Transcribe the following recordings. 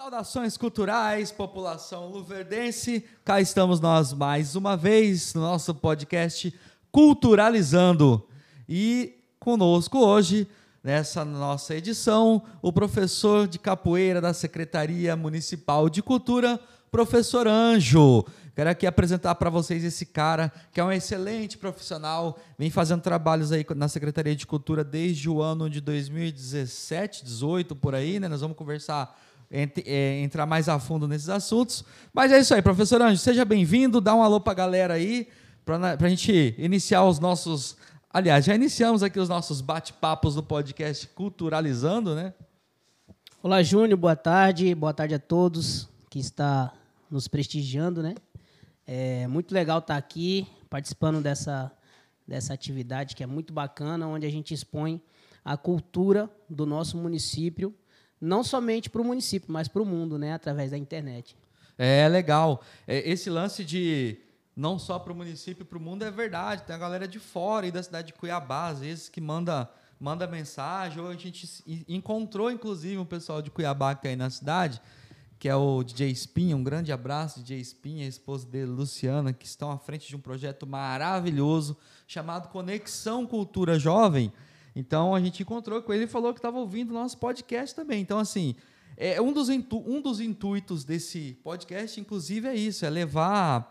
Saudações culturais, população luverdense. Cá estamos nós mais uma vez no nosso podcast Culturalizando. E conosco hoje, nessa nossa edição, o professor de capoeira da Secretaria Municipal de Cultura, professor Anjo. Quero aqui apresentar para vocês esse cara, que é um excelente profissional, vem fazendo trabalhos aí na Secretaria de Cultura desde o ano de 2017, 18, por aí, né? Nós vamos conversar, entrar mais a fundo nesses assuntos. Mas é isso aí, professor Anjo, seja bem-vindo, dá um alô para a galera aí, para a gente iniciar os nossos... Aliás, já iniciamos aqui os nossos bate-papos do podcast Culturalizando, né? Olá, Júnior, boa tarde a todos que está nos prestigiando, né? É muito legal estar aqui participando dessa atividade que é muito bacana, onde a gente expõe a cultura do nosso município, não somente para o município, mas para o mundo, né? Através da internet. É legal. Esse lance de não só para o município, para o mundo é verdade. Tem a galera de fora e da cidade de Cuiabá, às vezes, que manda mensagem. Ou a gente encontrou, inclusive, um pessoal de Cuiabá que está aí na cidade, que é o DJ Espinha. Um grande abraço, DJ Espinha, a esposa dele, Luciana, que estão à frente de um projeto maravilhoso chamado Conexão Cultura Jovem. Então, a gente encontrou com ele e falou que estava ouvindo o nosso podcast também. Então, assim, um dos intuitos desse podcast, inclusive, é isso, é levar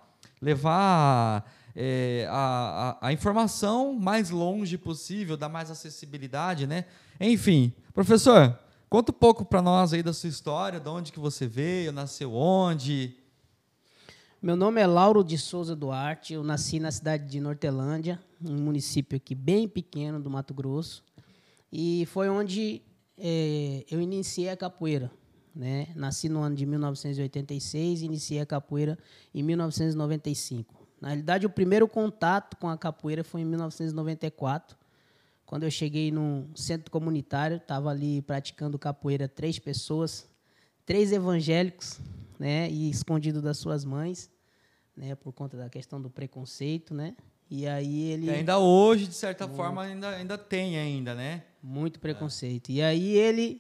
a informação mais longe possível, dar mais acessibilidade, né? Enfim, professor, conta um pouco para nós aí da sua história, de onde que você veio, nasceu onde? Meu nome é Lauro de Souza Duarte, eu nasci na cidade de Nortelândia, um município aqui bem pequeno do Mato Grosso, e foi onde eu iniciei a capoeira, né? Nasci no ano de 1986 e iniciei a capoeira em 1995. Na realidade, o primeiro contato com a capoeira foi em 1994, quando eu cheguei num centro comunitário, estava ali praticando capoeira 3 pessoas, 3 evangélicos, né, e escondido das suas mães, né, por conta da questão do preconceito, né? E aí ele... Ainda hoje, de certa forma, ainda tem ainda, né? Muito preconceito. E aí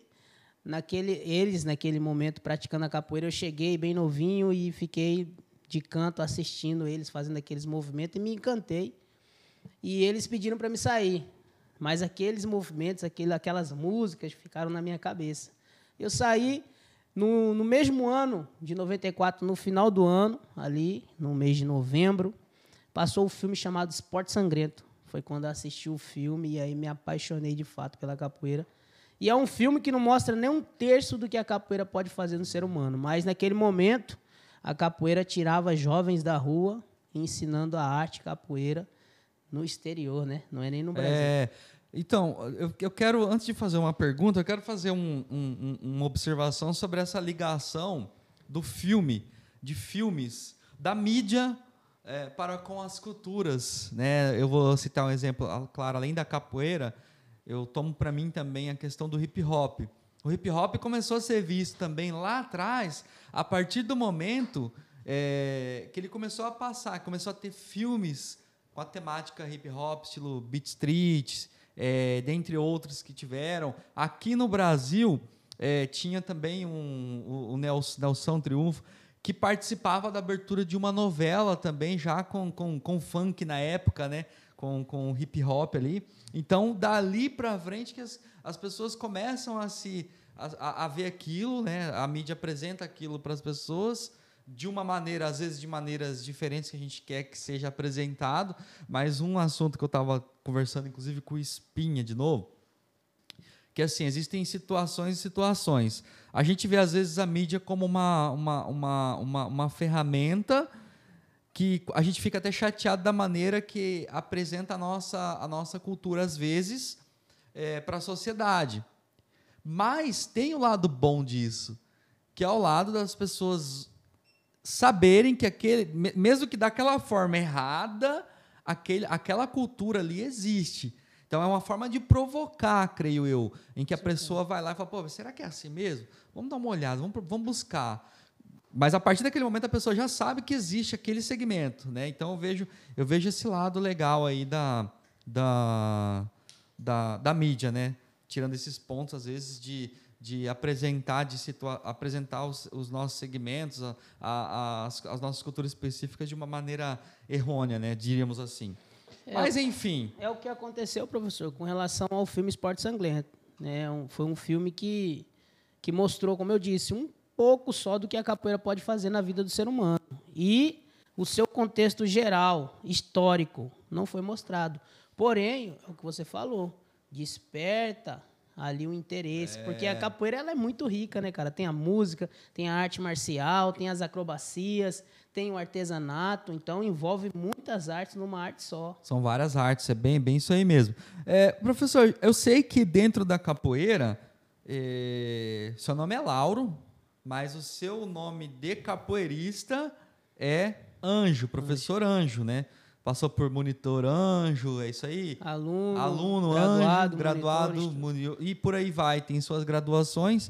eles, naquele momento, praticando a capoeira, eu cheguei bem novinho e fiquei de canto assistindo eles fazendo aqueles movimentos e me encantei. E eles pediram para me sair. Mas aqueles movimentos, aquelas músicas ficaram na minha cabeça. Eu saí no mesmo ano de 94, no final do ano, ali, no mês de novembro, passou o filme chamado Esporte Sangrento. Foi quando eu assisti o filme e aí me apaixonei de fato pela capoeira. E é um filme que não mostra nem um terço do que a capoeira pode fazer no ser humano. Mas, naquele momento, a capoeira tirava jovens da rua, ensinando a arte capoeira no exterior, né? Não é nem no Brasil. Então, eu quero, antes de fazer uma pergunta, eu quero fazer uma observação sobre essa ligação do filmes, da mídia para com as culturas, né? Eu vou citar um exemplo, claro, além da capoeira, eu tomo para mim também a questão do hip-hop. O hip-hop começou a ser visto também lá atrás, a partir do momento que ele começou a passar, começou a ter filmes com a temática hip-hop, estilo Beat Street, dentre outros que tiveram. Aqui no Brasil, tinha também o Nelson Triunfo, que participava da abertura de uma novela também, já com funk na época, né? Com hip-hop ali. Então, dali para frente que as pessoas começam a ver aquilo, né? A mídia apresenta aquilo para as pessoas de uma maneira, às vezes de maneiras diferentes que a gente quer que seja apresentado, mas um assunto que eu estava conversando, inclusive, com o Espinha de novo, que assim, existem situações e situações. A gente vê, às vezes, a mídia como uma ferramenta que a gente fica até chateado da maneira que apresenta a nossa cultura, às vezes, para a sociedade. Mas tem o lado bom disso, que é o lado das pessoas saberem que mesmo que daquela forma errada, aquela cultura ali existe. Então, é uma forma de provocar, creio eu, em que a pessoa vai lá e fala, pô, será que é assim mesmo? Vamos dar uma olhada, vamos buscar. Mas, a partir daquele momento, a pessoa já sabe que existe aquele segmento, né? Então, eu vejo esse lado legal aí da mídia, né? Tirando esses pontos, às vezes, de apresentar, apresentar os nossos segmentos, as nossas culturas específicas de uma maneira errônea, né? Diríamos assim. Mas, enfim. É o que aconteceu, professor, com relação ao filme Esporte Sangrento. Né? Foi um filme que mostrou, como eu disse, um pouco só do que a capoeira pode fazer na vida do ser humano. E o seu contexto geral, histórico, não foi mostrado. Porém, é o que você falou, desperta ali o interesse, porque a capoeira ela é muito rica, né, cara? Tem a música, tem a arte marcial, tem as acrobacias, tem o artesanato, então envolve muitas artes numa arte só. São várias artes, é bem isso aí mesmo. Professor, eu sei que dentro da capoeira, seu nome é Lauro, mas o seu nome de capoeirista é Anjo, professor Anjo, né? Passou por monitor Anjo, é isso aí? Aluno Anjo, graduado, e por aí vai, tem suas graduações.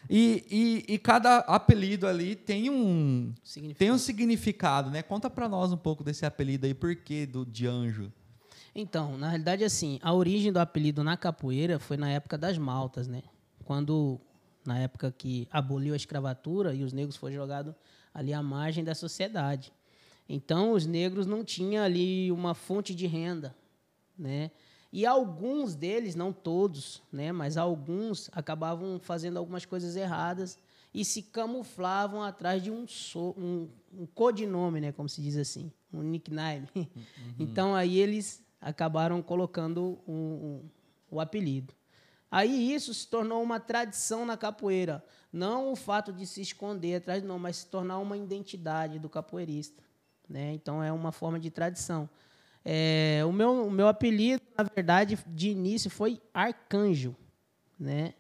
E cada apelido ali tem um significado, né? Conta para nós um pouco desse apelido aí, por que de Anjo? Então, na realidade, assim, a origem do apelido na capoeira foi na época das maltas, né? Na época que aboliu a escravatura e os negros foram jogados ali à margem da sociedade. Então, os negros não tinham ali uma fonte de renda, né? E alguns deles, não todos, né, mas alguns acabavam fazendo algumas coisas erradas e se camuflavam atrás de um codinome, né, como se diz assim, um nickname. Uhum. Então, aí eles acabaram colocando o apelido. Aí isso se tornou uma tradição na capoeira. Não o fato de se esconder atrás, não, mas se tornar uma identidade do capoeirista. Né? Então, é uma forma de tradição. O meu apelido, na verdade, de início foi Arcanjo. Né?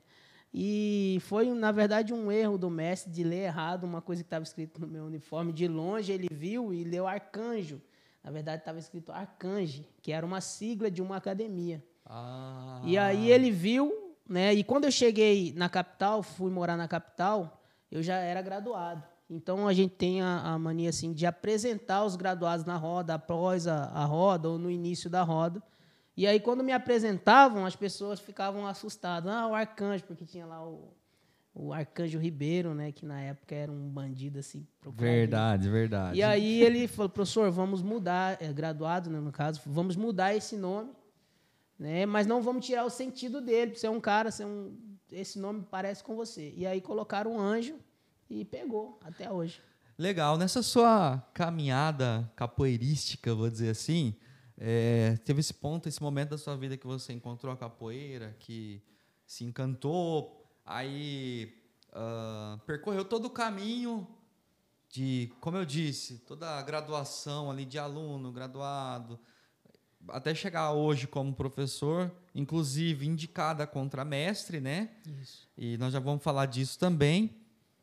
E foi, na verdade, um erro do mestre de ler errado uma coisa que estava escrito no meu uniforme. De longe, ele viu e leu Arcanjo. Na verdade, estava escrito Arcange, que era uma sigla de uma academia. E aí ele viu, né? E quando eu cheguei na capital, fui morar na capital, eu já era graduado. Então, a gente tem a mania assim, de apresentar os graduados na roda, após a roda ou no início da roda. E aí, quando me apresentavam, as pessoas ficavam assustadas. O Arcanjo, porque tinha lá o Arcanjo Ribeiro, né, que na época era um bandido assim. Verdade. E aí ele falou, professor, vamos mudar, graduado, né, no caso, vamos mudar esse nome, né, mas não vamos tirar o sentido dele, você é um cara, esse nome parece com você. E aí colocaram um Anjo. E pegou até hoje. Legal. Nessa sua caminhada capoeirística, vou dizer assim, teve esse momento da sua vida que você encontrou a capoeira, que se encantou, aí percorreu todo o caminho de, como eu disse, toda a graduação ali de aluno, graduado, até chegar hoje como professor, inclusive indicada a contramestre, né? Isso. E nós já vamos falar disso também.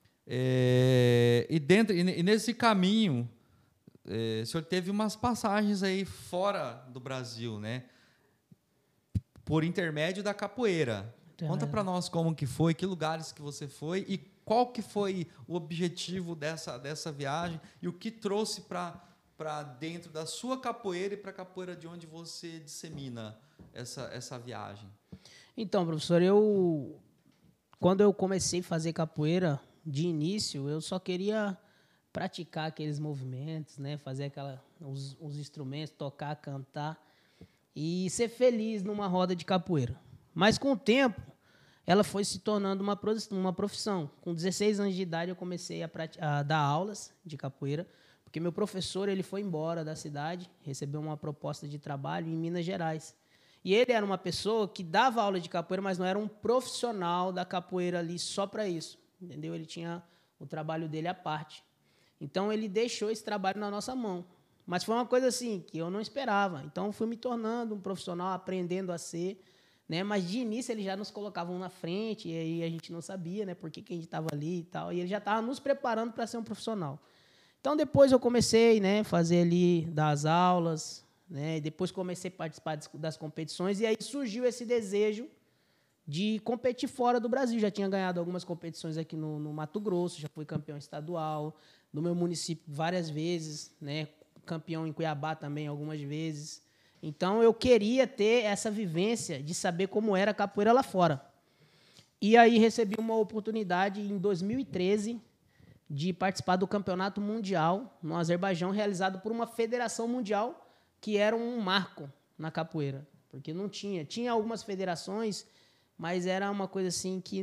E nesse caminho, o senhor teve umas passagens aí fora do Brasil, né? Por intermédio da capoeira. Conta para nós como que foi, que lugares que você foi e qual que foi o objetivo dessa viagem e o que trouxe para dentro da sua capoeira e para a capoeira de onde você dissemina essa viagem. Então, professor, quando eu comecei a fazer capoeira, de início, eu só queria praticar aqueles movimentos, né? Fazer os instrumentos, tocar, cantar e ser feliz numa roda de capoeira. Mas, com o tempo, ela foi se tornando uma profissão. Com 16 anos de idade, eu comecei a dar aulas de capoeira, porque meu professor ele foi embora da cidade, recebeu uma proposta de trabalho em Minas Gerais. E ele era uma pessoa que dava aula de capoeira, mas não era um profissional da capoeira ali só para isso. Entendeu? Ele tinha o trabalho dele à parte. Então, ele deixou esse trabalho na nossa mão. Mas foi uma coisa assim que eu não esperava. Então, fui me tornando um profissional, aprendendo a ser. Né? Mas, de início, eles já nos colocavam na frente, e aí a gente não sabia, né, por que a gente estava ali e tal. E ele já estava nos preparando para ser um profissional. Então, depois eu comecei, né, fazer ali, dar as aulas, né, e depois comecei a participar das competições, e aí surgiu esse desejo de competir fora do Brasil. Já tinha ganhado algumas competições aqui no Mato Grosso, já fui campeão estadual, no meu município várias vezes, né? Campeão em Cuiabá também algumas vezes. Então, eu queria ter essa vivência de saber como era a capoeira lá fora. E aí recebi uma oportunidade em 2013 de participar do Campeonato Mundial no Azerbaijão, realizado por uma federação mundial que era um marco na capoeira. Porque não tinha. Tinha algumas federações, mas era uma coisa assim que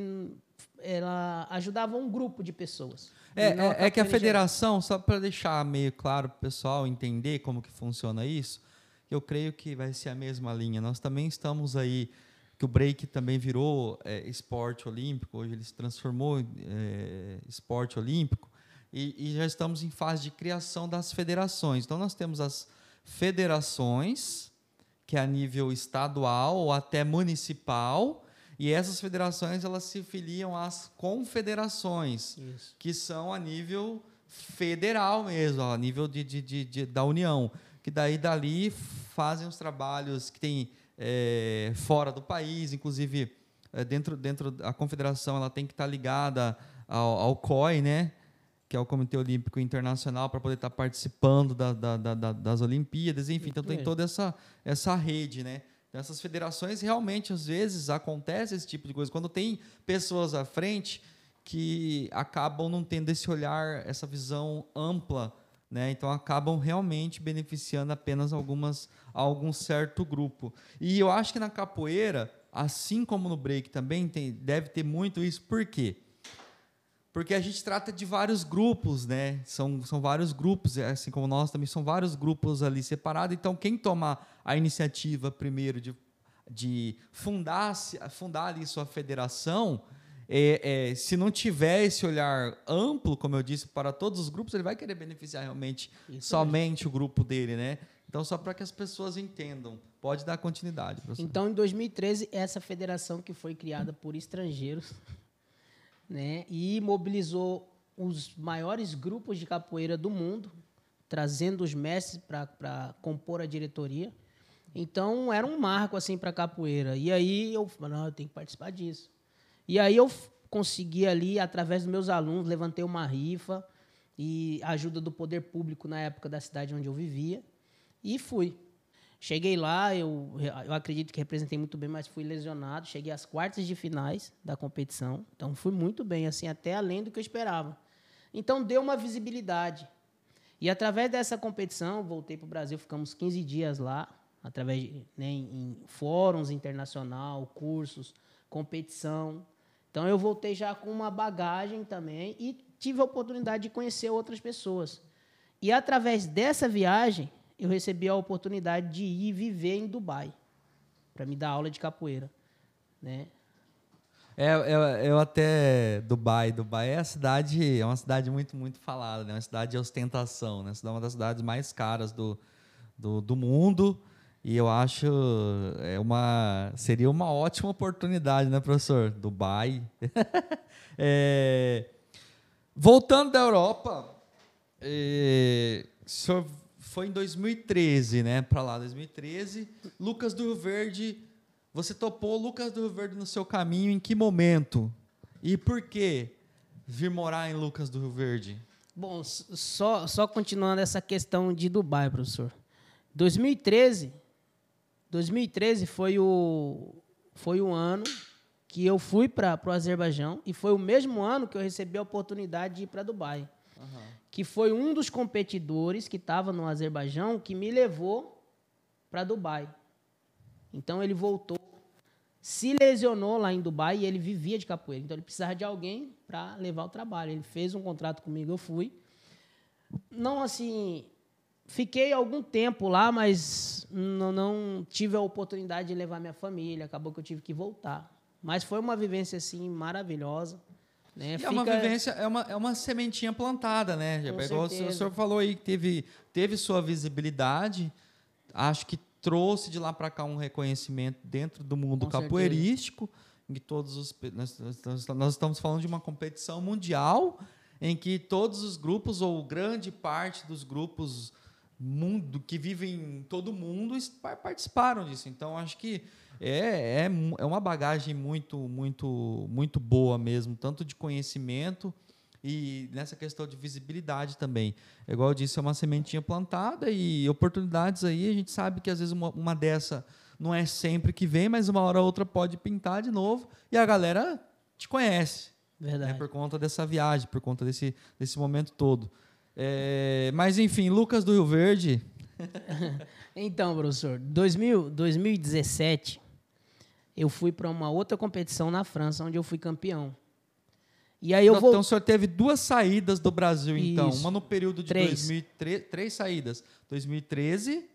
ela ajudava um grupo de pessoas. É que a federação, só para deixar meio claro para o pessoal entender como que funciona isso, eu creio que vai ser a mesma linha. Nós também estamos aí, que o break também virou esporte olímpico, hoje ele se transformou em esporte olímpico, e já estamos em fase de criação das federações. Então, nós temos as federações, que é a nível estadual ou até municipal, e essas federações elas se filiam às confederações, Isso. que são a nível federal mesmo, a nível da União, que dali fazem os trabalhos que tem fora do país, inclusive dentro a confederação ela tem que estar ligada ao COI, né, que é o Comitê Olímpico Internacional, para poder estar participando das Olimpíadas, enfim, então tem toda essa rede, né? Então, essas federações realmente, às vezes, acontece esse tipo de coisa, quando tem pessoas à frente que acabam não tendo esse olhar, essa visão ampla, né? Então acabam realmente beneficiando apenas algum certo grupo. E eu acho que na capoeira, assim como no break também, deve ter muito isso. Por quê? Porque a gente trata de vários grupos, né? São vários grupos, assim como nós também, são vários grupos ali separados. Então, quem toma a iniciativa primeiro de fundar ali sua federação, se não tiver esse olhar amplo, como eu disse, para todos os grupos, ele vai querer beneficiar realmente somente o grupo dele, né? Então, só para que as pessoas entendam. Pode dar continuidade, professor. Então, em 2013, essa federação que foi criada por estrangeiros, né, e mobilizou os maiores grupos de capoeira do mundo, trazendo os mestres para compor a diretoria. Então, era um marco assim, para a capoeira. E aí eu falei, eu tenho que participar disso. E aí eu consegui ali, através dos meus alunos, levantei uma rifa e ajuda do poder público na época da cidade onde eu vivia, e fui. Cheguei lá, eu acredito que representei muito bem, mas fui lesionado. Cheguei às quartas de finais da competição. Então, fui muito bem, assim, até além do que eu esperava. Então, deu uma visibilidade. E, através dessa competição, voltei para o Brasil, ficamos 15 dias lá, através em fóruns internacional, cursos, competição. Então, eu voltei já com uma bagagem também e tive a oportunidade de conhecer outras pessoas. E, através dessa viagem, eu recebi a oportunidade de ir viver em Dubai, para me dar aula de capoeira, né? Eu até... Dubai é uma cidade muito, muito falada, né? Uma cidade de ostentação, né? É uma das cidades mais caras do mundo, e eu acho seria uma ótima oportunidade, né, professor? Dubai. Voltando da Europa, o senhor foi em 2013, né? Para lá, 2013. Lucas do Rio Verde, você topou Lucas do Rio Verde no seu caminho em que momento? E por que vir morar em Lucas do Rio Verde? Bom, só continuando essa questão de Dubai, professor. 2013 foi o ano que eu fui para o Azerbaijão, e foi o mesmo ano que eu recebi a oportunidade de ir para Dubai. Uhum. Que foi um dos competidores que estava no Azerbaijão que me levou para Dubai. Então, ele voltou, se lesionou lá em Dubai, e ele vivia de capoeira. Então, ele precisava de alguém para levar o trabalho. Ele fez um contrato comigo, eu fui. Não, assim, fiquei algum tempo lá, mas não tive a oportunidade de levar minha família. Acabou que eu tive que voltar. Mas foi uma vivência, assim, maravilhosa. Né? Uma vivência, é uma sementinha plantada, né? Igual o senhor falou aí, que teve sua visibilidade, acho que trouxe de lá para cá um reconhecimento dentro do mundo capoeirístico, em que nós estamos falando de uma competição mundial, em que todos os grupos, ou grande parte dos grupos que vivem em todo o mundo, participaram disso. Então, acho que é uma bagagem muito, muito, muito boa mesmo, tanto de conhecimento e nessa questão de visibilidade também. Igual eu disse, é uma sementinha plantada, e oportunidades aí, a gente sabe que às vezes uma dessa não é sempre que vem, mas uma hora ou outra pode pintar de novo, e a galera te conhece. Verdade. Né, por conta dessa viagem, por conta desse momento todo. Mas, enfim, Lucas do Rio Verde. Então, professor, 2017, eu fui para uma outra competição na França, onde eu fui campeão. E aí Então, o senhor teve 2 saídas do Brasil, então. Isso. Uma no período de 2013, 3 saídas. 2013,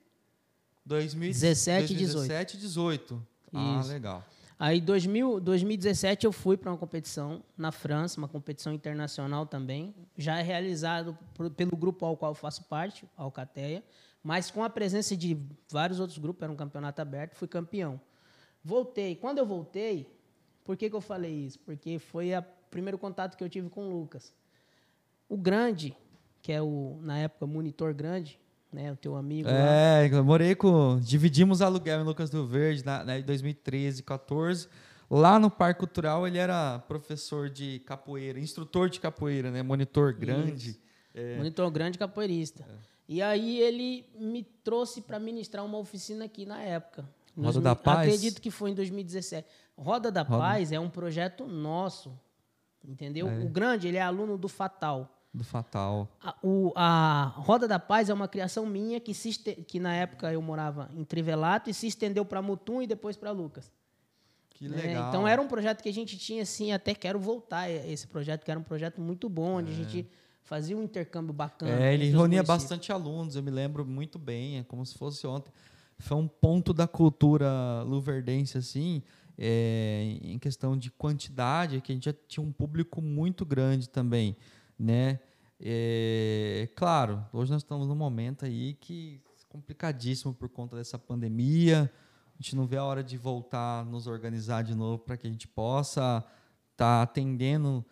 2017 e 18. Ah, legal. Aí, 2017, eu fui para uma competição na França, uma competição internacional também, já realizado pelo grupo ao qual eu faço parte, a Alcateia, mas com a presença de vários outros grupos, era um campeonato aberto, fui campeão. Voltei. Quando eu voltei, por que eu falei isso? Porque foi o primeiro contato que eu tive com o Lucas. O Grande, que é na época, Monitor Grande, né, o teu amigo lá. Eu morei dividimos aluguel em Lucas do Rio Verde, em 2013, 14. Lá no Parque Cultural, ele era professor de capoeira, instrutor de capoeira, né? Monitor Grande. Monitor Grande capoeirista. E aí ele me trouxe para ministrar uma oficina aqui na época. Roda da Paz? Acredito que foi em 2017. Roda da Paz é um projeto nosso, entendeu? O Grande, ele é aluno do Fatal. Do Fatal. A Roda da Paz é uma criação minha que na época eu morava em Trivelato e se estendeu para Mutum e depois para Lucas. Que legal. Então era um projeto que a gente tinha, assim, até quero voltar esse projeto, que era um projeto muito bom, onde a gente fazia um intercâmbio bacana. Ele reunia bastante alunos, eu me lembro muito bem, é como se fosse ontem. Foi um ponto da cultura luverdense, assim, em questão de quantidade, que a gente já tinha um público muito grande também, né? Claro, hoje nós estamos num momento aí que é complicadíssimo por conta dessa pandemia. A gente não vê a hora de voltar, nos organizar de novo para que a gente possa estar atendendo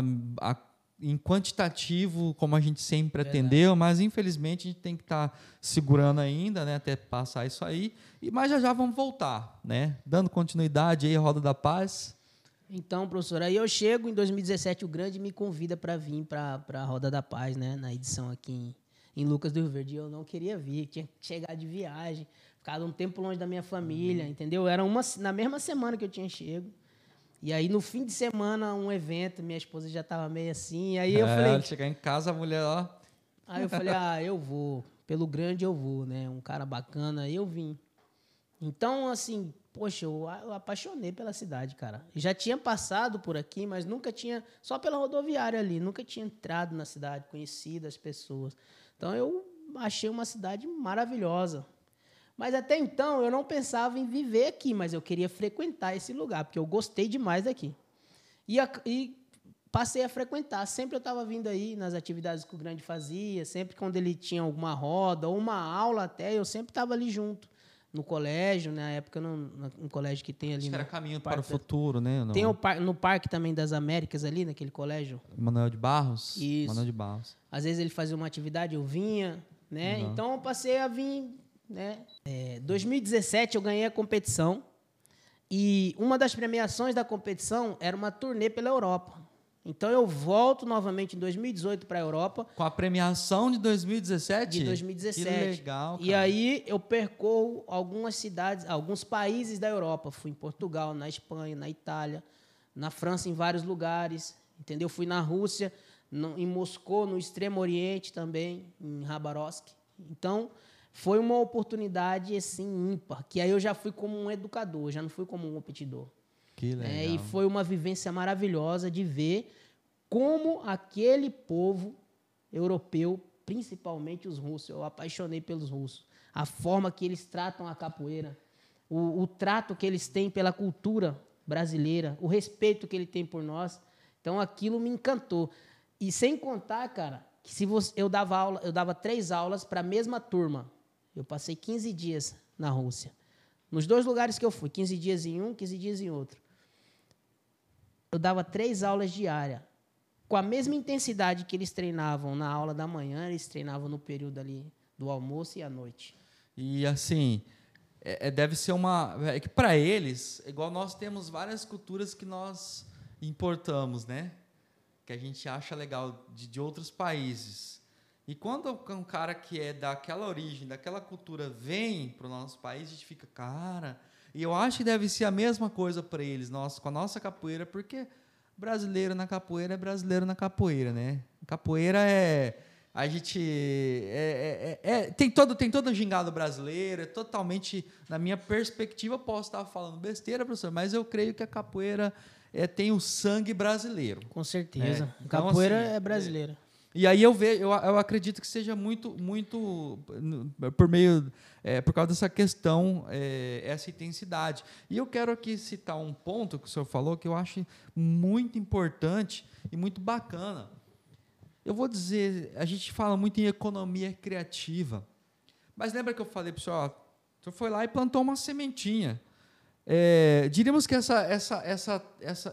em quantitativo, como a gente sempre atendeu, mas infelizmente a gente tem que estar segurando ainda, né, até passar isso aí. Mas já vamos voltar, né? Dando continuidade aí à Roda da Paz. Então, professor, aí eu chego em 2017, o Grande me convida para vir para a Roda da Paz, né, na edição aqui em Lucas do Rio Verde. Eu não queria vir, tinha que chegar de viagem, ficar um tempo longe da minha família, entendeu? Era na mesma semana que eu tinha chego. E aí, no fim de semana, um evento, minha esposa já estava meio assim, aí eu falei... Chegar em casa, a mulher lá... Aí eu falei, eu vou, pelo Grande eu vou, né, um cara bacana, aí eu vim. Então, assim, poxa, eu apaixonei pela cidade, cara. Já tinha passado por aqui, mas nunca tinha, só pela rodoviária ali, nunca tinha entrado na cidade, conhecido as pessoas. Então, eu achei uma cidade maravilhosa. Mas até então eu não pensava em viver aqui, mas eu queria frequentar esse lugar, porque eu gostei demais daqui. E passei a frequentar. Sempre eu estava vindo aí nas atividades que o Grande fazia, sempre quando ele tinha alguma roda ou uma aula até, eu sempre estava ali junto. No colégio, na época, no colégio que tem ali... Acho que era Caminho para o Futuro, né? Tem no Parque também das Américas ali, naquele colégio. Manuel de Barros? Isso. Manuel de Barros. Às vezes ele fazia uma atividade, eu vinha, né? Então eu passei a vir... Né? 2017 eu ganhei a competição e uma das premiações da competição era uma turnê pela Europa. Então eu volto novamente em 2018 para a Europa. Com a premiação de 2017? De 2017. Que legal, cara. E aí eu percorro algumas cidades, alguns países da Europa. Fui em Portugal, na Espanha, na Itália, na França, em vários lugares. Entendeu? Fui na Rússia, em Moscou, no Extremo Oriente também, em Khabarovsk. Então... foi uma oportunidade, assim, ímpar, que aí eu já fui como um educador, já não fui como um competidor. Que legal. E foi uma vivência maravilhosa de ver como aquele povo europeu, principalmente os russos, eu apaixonei pelos russos, a forma que eles tratam a capoeira, o trato que eles têm pela cultura brasileira, o respeito que ele tem por nós. Então, aquilo me encantou. E sem contar, cara, que eu dava 3 aulas para a mesma turma. Eu passei 15 dias na Rússia. Nos 2 lugares que eu fui, 15 dias em um, 15 dias em outro. Eu dava 3 aulas diárias. Com a mesma intensidade que eles treinavam na aula da manhã, eles treinavam no período ali do almoço e à noite. E, assim, deve ser é que para eles, igual nós temos várias culturas que nós importamos, né? Que a gente acha legal de outros países. E quando um cara que é daquela origem, daquela cultura, vem para o nosso país, a gente fica, cara... E eu acho que deve ser a mesma coisa para eles, com a nossa capoeira, porque brasileiro na capoeira é brasileiro na capoeira, né? Capoeira é... A gente... tem todo o gingado brasileiro, é totalmente... Na minha perspectiva, eu posso estar falando besteira, professor, mas eu creio que a capoeira tem o sangue brasileiro. Com certeza. Né? Então, Capoeira assim, é brasileira. E aí eu acredito que seja muito por meio por causa dessa questão, essa intensidade. E eu quero aqui citar um ponto que o senhor falou que eu acho muito importante e muito bacana. Eu vou dizer, a gente fala muito em economia criativa, mas lembra que eu falei para o senhor, o senhor foi lá e plantou uma sementinha. Diríamos que essas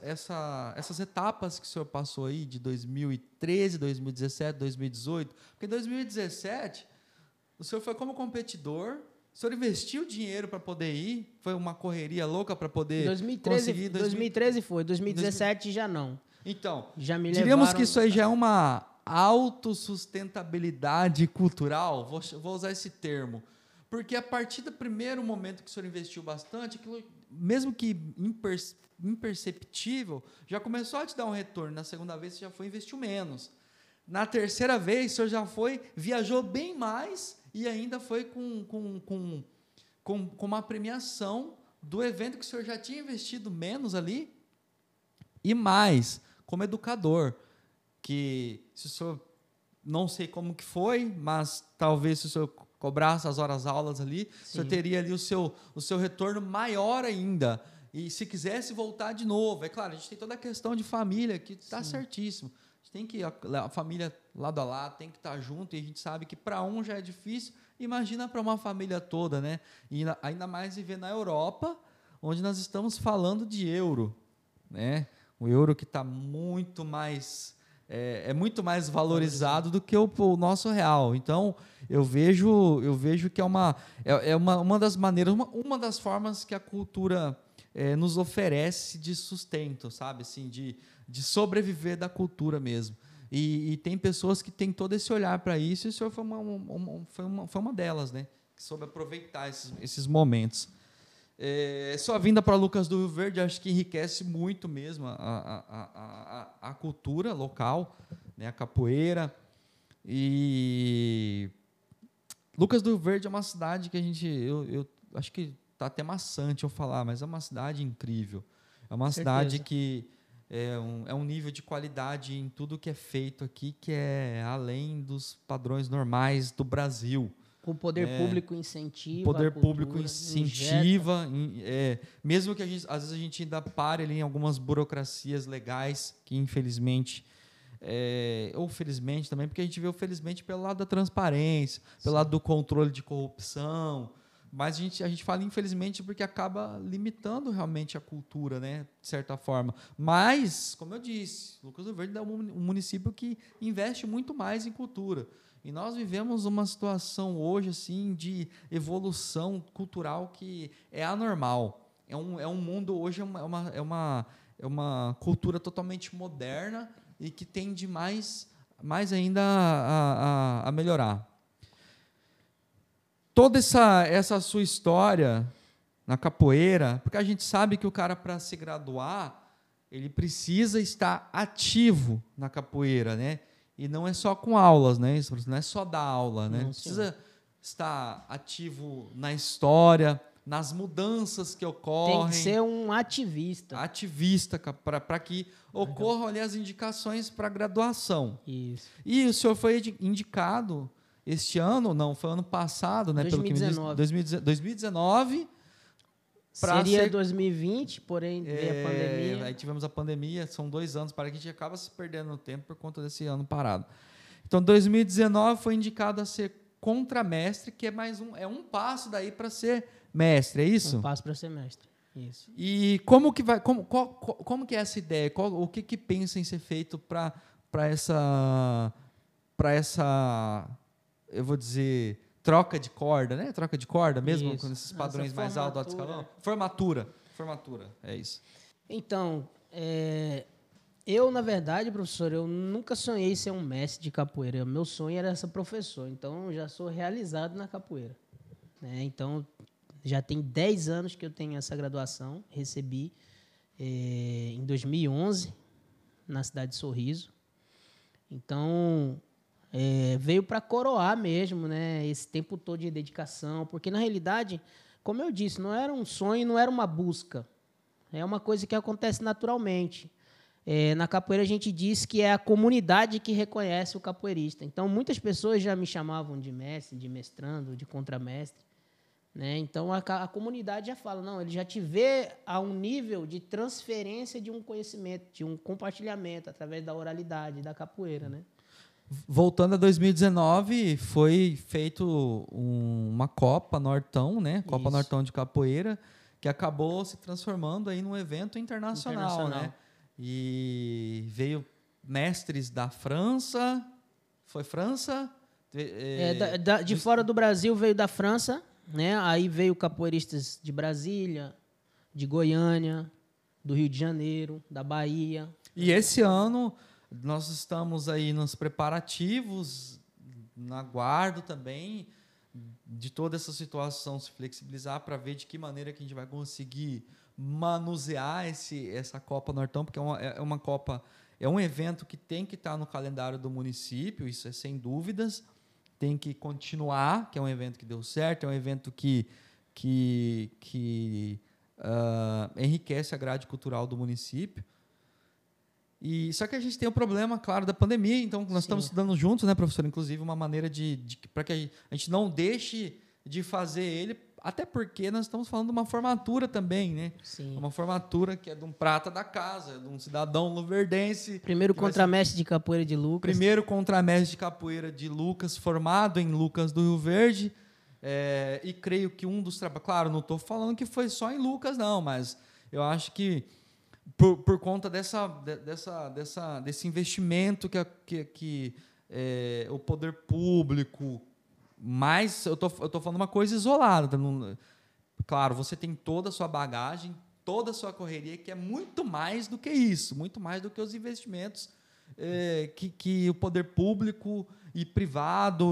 etapas que o senhor passou aí de 2013, 2017, 2018, porque em 2017 o senhor foi como competidor, o senhor investiu dinheiro para poder ir, foi uma correria louca para poder 2013, conseguir. 2013 foi, 2017 já não. Então, já me diríamos que isso aí já é uma autossustentabilidade cultural, vou usar esse termo. Porque a partir do primeiro momento que o senhor investiu bastante, aquilo, mesmo que imperceptível, já começou a te dar um retorno. Na segunda vez, você já foi investiu menos. Na terceira vez, o senhor já viajou bem mais e ainda foi com uma premiação do evento que o senhor já tinha investido menos ali e mais, como educador, que se o senhor, não sei como que foi, mas talvez se o senhor cobrasse as horas-aulas ali, o senhor teria ali o seu retorno maior ainda. E se quisesse voltar de novo, é claro, a gente tem toda a questão de família, que está certíssimo. A gente tem que, a família lado a lado, tem que estar junto, e a gente sabe que para um já é difícil, imagina para uma família toda, né? E ainda mais viver na Europa, onde nós estamos falando de euro, né? O euro que está muito mais... É muito mais valorizado do que o nosso real. Então, eu vejo que é uma das maneiras, uma das formas que a cultura nos oferece de sustento, sabe? Assim, de sobreviver da cultura mesmo. E tem pessoas que têm todo esse olhar para isso, e o senhor foi uma delas, né? Que soube aproveitar esses momentos. Sua vinda para Lucas do Rio Verde, acho que enriquece muito mesmo a cultura local, né, a capoeira. E Lucas do Rio Verde é uma cidade que eu acho que está até maçante eu falar, mas é uma cidade incrível. É uma cidade que é um nível de qualidade em tudo que é feito aqui, que é além dos padrões normais do Brasil. O poder público incentiva. O poder público incentiva, mesmo que às vezes a gente ainda pare ali em algumas burocracias legais, que infelizmente, ou felizmente também, porque a gente vê, felizmente, pelo lado da transparência, pelo lado do controle de corrupção, mas a gente fala infelizmente porque acaba limitando realmente a cultura, né, de certa forma. Mas, como eu disse, Lucas do Verde é um município que investe muito mais em cultura. E nós vivemos uma situação hoje assim de evolução cultural que é anormal. É um mundo hoje, é uma cultura totalmente moderna e que tende mais ainda a melhorar. Toda essa sua história na capoeira, porque a gente sabe que o cara, para se graduar, ele precisa estar ativo na capoeira, né? E não é só com aulas, né? Isso não é só dar aula, né? Precisa estar ativo na história, nas mudanças que ocorrem. Tem que ser um ativista. Ativista, para que ocorram ali as indicações para graduação. Isso. E o senhor foi indicado este ano, não, foi ano passado, né? 2019. Pelo que me diz, 2019. Seria 2020, porém veio a pandemia. Aí tivemos a pandemia, são 2 anos, para que a gente acaba se perdendo no tempo por conta desse ano parado. Então, 2019 foi indicado a ser contramestre, que é um passo daí para ser mestre, é isso? Um passo para ser mestre, isso. E como que vai, como que é essa ideia? O que pensa em ser feito para essa, eu vou dizer, troca de corda, né? Troca de corda mesmo, com esses padrões mais altos do alto escalão? Formatura, é isso. Então, eu, na verdade, professor, eu nunca sonhei ser um mestre de capoeira. Meu sonho era ser professor, então eu já sou realizado na capoeira, né? Então, já tem 10 anos que eu tenho essa graduação, recebi em 2011, na cidade de Sorriso. Então, veio para coroar mesmo, né, esse tempo todo de dedicação, porque, na realidade, como eu disse, não era um sonho, não era uma busca. É uma coisa que acontece naturalmente. Na capoeira, a gente diz que é a comunidade que reconhece o capoeirista. Então, muitas pessoas já me chamavam de mestre, de mestrando, de contramestre, né? Então, a comunidade já fala, não, ele já te vê a um nível de transferência de um conhecimento, de um compartilhamento através da oralidade, da capoeira, né? Voltando a 2019, foi feito uma Copa Nortão, né? Copa Nortão de Capoeira, que acabou se transformando aí num evento internacional. Né? E veio mestres da França, foi França? De fora do Brasil veio da França, né? Aí veio capoeiristas de Brasília, de Goiânia, do Rio de Janeiro, da Bahia. E esse ano nós estamos aí nos preparativos, no aguardo também de toda essa situação se flexibilizar para ver de que maneira que a gente vai conseguir manusear essa Copa Nortão, porque é uma Copa, é um evento que tem que estar no calendário do município, isso é sem dúvidas, tem que continuar, que é um evento que deu certo, é um evento que enriquece a grade cultural do município. E só que a gente tem o problema, claro, da pandemia, então nós estamos estudando juntos, né, professor? Inclusive, uma maneira para que a gente não deixe de fazer ele, até porque nós estamos falando de uma formatura também, né? Sim. Uma formatura que é de um prata da casa, de um cidadão luverdense. Primeiro contramestre de capoeira de Lucas. Primeiro contramestre de capoeira de Lucas, formado em Lucas do Rio Verde. E creio que um dos trabalhos... Claro, não estou falando que foi só em Lucas, não, mas eu acho que por conta desse investimento que o poder público, mas eu tô falando uma coisa isolada. Claro, você tem toda a sua bagagem, toda a sua correria, que é muito mais do que isso, muito mais do que os investimentos que o poder público e privado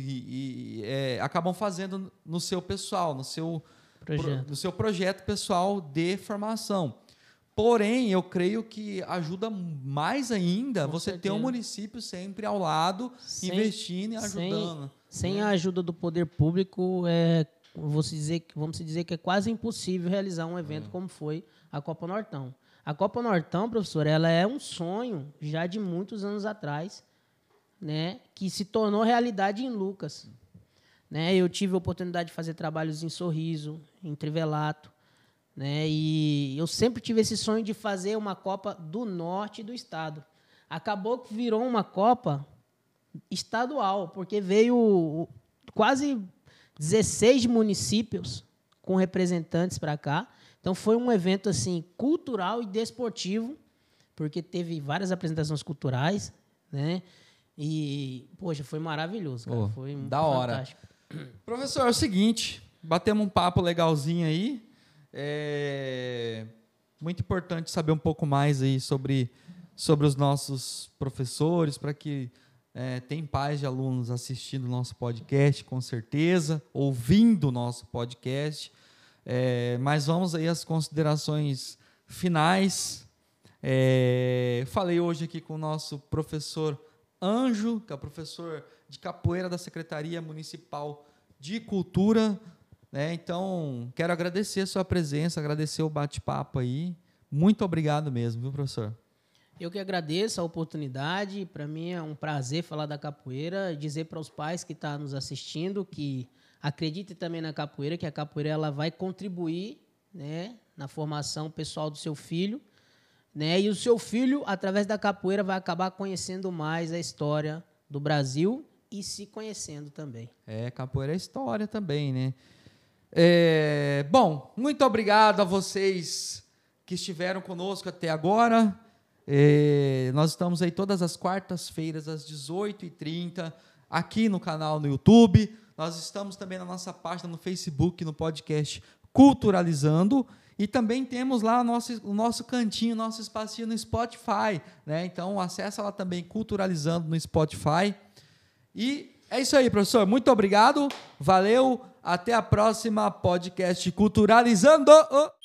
acabam fazendo no seu pessoal, no seu projeto pessoal de formação. Porém, eu creio que ajuda mais ainda você ter um município sempre ao lado, investindo e ajudando. Sem a ajuda do poder público, vamos dizer que é quase impossível realizar um evento como foi a Copa Nortão. A Copa Nortão, professor, ela é um sonho já de muitos anos atrás, né, que se tornou realidade em Lucas. Né? Eu tive a oportunidade de fazer trabalhos em Sorriso, em Trivelato, né? E eu sempre tive esse sonho de fazer uma Copa do Norte do estado. Acabou que virou uma Copa estadual, porque veio quase 16 municípios com representantes para cá. Então, foi um evento assim, cultural e desportivo, porque teve várias apresentações culturais, né? E, poxa, foi maravilhoso, cara. Foi da hora. Fantástico. Professor, é o seguinte, batemos um papo legalzinho aí. Muito importante saber um pouco mais aí sobre os nossos professores, para que tem pais de alunos assistindo o nosso podcast, com certeza, ouvindo o nosso podcast. Mas vamos aí às considerações finais. Falei hoje aqui com o nosso professor Anjo, que é o professor de capoeira da Secretaria Municipal de Cultura. Então, quero agradecer a sua presença, agradecer o bate-papo aí. Muito obrigado mesmo, viu, professor? Eu que agradeço a oportunidade. Para mim é um prazer falar da capoeira e dizer para os pais que estão nos assistindo que acreditem também na capoeira, que a capoeira ela vai contribuir, né, na formação pessoal do seu filho, né, e o seu filho, através da capoeira, vai acabar conhecendo mais a história do Brasil e se conhecendo também. Capoeira é história também, né? Bom, muito obrigado a vocês que estiveram conosco até agora. Nós estamos aí todas as quartas-feiras, às 18h30, aqui no canal no YouTube. Nós estamos também na nossa página no Facebook, no podcast Culturalizando. E também temos lá o nosso cantinho, nosso espacinho no Spotify, né? Então, acessa lá também, Culturalizando no Spotify. E é isso aí, professor. Muito obrigado. Valeu. Até a próxima podcast Culturalizando.